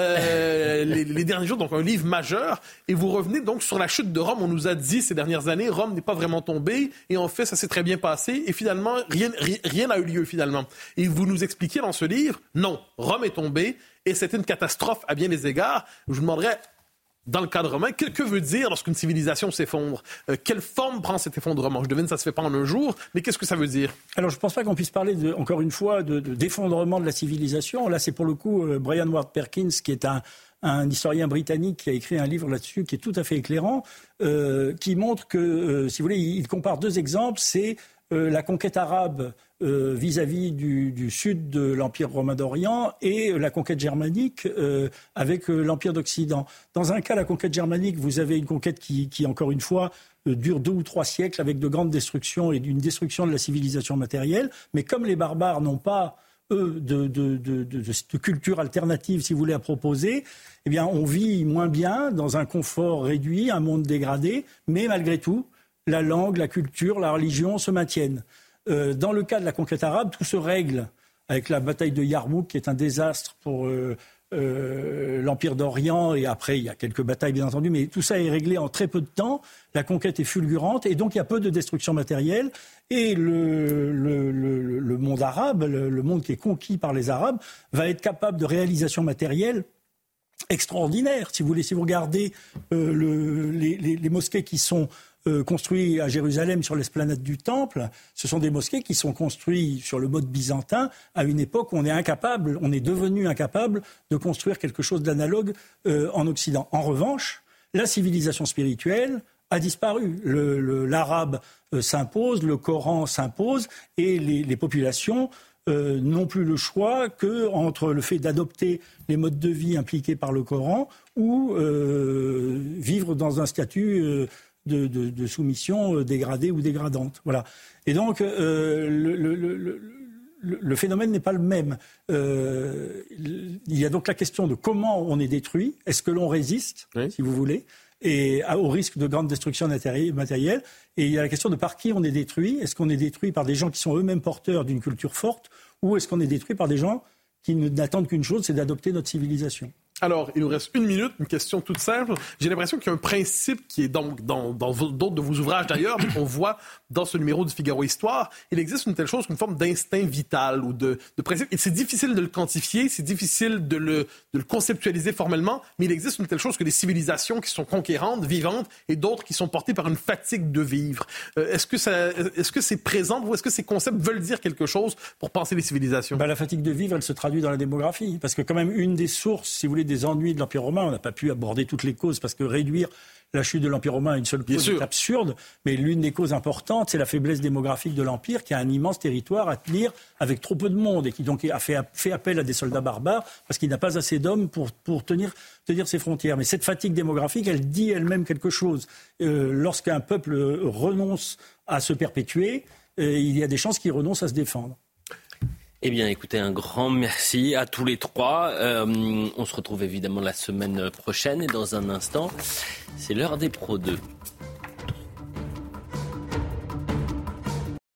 S4: Euh, les, les Derniers Jours, donc un livre majeur, et vous revenez donc sur la chute de Rome. On nous a dit ces dernières années, Rome n'est pas vraiment tombée, et en fait, ça s'est très bien passé, et finalement, rien, rien n'a eu lieu, finalement. Et vous nous expliquez dans ce livre, non, Rome est tombée, et c'était une catastrophe à bien des égards. Je vous demanderais, dans le cadre romain, que, que veut dire lorsqu'une civilisation s'effondre? euh, Quelle forme prend cet effondrement? Je devine que ça ne se fait pas en un jour, mais qu'est-ce que ça veut dire?
S7: Alors, je ne pense pas qu'on puisse parler, de, encore une fois, de, de, d'effondrement de la civilisation. Là, c'est pour le coup euh, Brian Ward Perkins, qui est un, un historien britannique qui a écrit un livre là-dessus qui est tout à fait éclairant, euh, qui montre que, euh, si vous voulez, il, il compare deux exemples. C'est euh, la conquête arabe Euh, vis-à-vis du, du sud de l'Empire romain d'Orient et euh, la conquête germanique euh, avec euh, l'Empire d'Occident. Dans un cas, la conquête germanique, vous avez une conquête qui, qui encore une fois, euh, dure deux ou trois siècles avec de grandes destructions et d'une destruction de la civilisation matérielle. Mais comme les barbares n'ont pas, eux, de, de, de, de, de culture alternative, si vous voulez, à proposer, eh bien, on vit moins bien dans un confort réduit, un monde dégradé, mais malgré tout, la langue, la culture, la religion se maintiennent. Euh, dans le cas de la conquête arabe, tout se règle avec la bataille de Yarmouk, qui est un désastre pour euh, euh, l'Empire d'Orient. Et après, il y a quelques batailles, bien entendu, mais tout ça est réglé en très peu de temps. La conquête est fulgurante et donc il y a peu de destruction matérielle. Et le, le, le, le monde arabe, le, le monde qui est conquis par les Arabes, va être capable de réalisation matérielle extraordinaire. Si vous voulez, si vous regardez euh, le, les, les, les mosquées qui sont Euh, construits à Jérusalem sur l'esplanade du Temple, ce sont des mosquées qui sont construites sur le mode byzantin à une époque où on est incapable, on est devenu incapable de construire quelque chose d'analogue euh, en Occident. En revanche, la civilisation spirituelle a disparu. Le, le, l'arabe euh, s'impose, le Coran s'impose et les, les populations euh, n'ont plus le choix que entre le fait d'adopter les modes de vie impliqués par le Coran ou euh, vivre dans un statut euh, De, de, de soumission dégradée ou dégradante. Voilà. Et donc, euh, le, le, le, le, le phénomène n'est pas le même. Euh, il y a donc la question de comment on est détruit. Est-ce que l'on résiste, oui, si vous voulez, et au risque de grande destruction matérielle? Et il y a la question de par qui on est détruit. Est-ce qu'on est détruit par des gens qui sont eux-mêmes porteurs d'une culture forte, ou est-ce qu'on est détruit par des gens qui n'attendent qu'une chose, c'est d'adopter notre civilisation?
S4: Alors, il nous reste une minute, une question toute simple. J'ai l'impression qu'il y a un principe qui est donc dans, dans d'autres de vos ouvrages d'ailleurs, mais qu'on voit dans ce numéro du Figaro Histoire. Il existe une telle chose qu'une forme d'instinct vital ou de, de principe. Et c'est difficile de le quantifier, c'est difficile de le, de le conceptualiser formellement, mais il existe une telle chose que des civilisations qui sont conquérantes, vivantes, et d'autres qui sont portées par une fatigue de vivre. Euh, est-ce que ça, est-ce que c'est présent ou est-ce que ces concepts veulent dire quelque chose pour penser les civilisations?
S7: Ben, la fatigue de vivre, elle se traduit dans la démographie, parce que quand même une des sources, si vous voulez, des ennuis de l'Empire romain. On n'a pas pu aborder toutes les causes parce que réduire la chute de l'Empire romain à une seule cause est absurde, mais l'une des causes importantes, c'est la faiblesse démographique de l'Empire qui a un immense territoire à tenir avec trop peu de monde et qui donc a fait, fait appel à des soldats barbares parce qu'il n'a pas assez d'hommes pour, pour tenir, tenir ses frontières. Mais cette fatigue démographique, elle dit elle-même quelque chose. Euh, lorsqu'un peuple renonce à se perpétuer, euh, il y a des chances qu'il renonce à se défendre.
S3: Eh bien, écoutez, un grand merci à tous les trois. Euh, on se retrouve évidemment la semaine prochaine et dans un instant, c'est l'heure des Pro deux.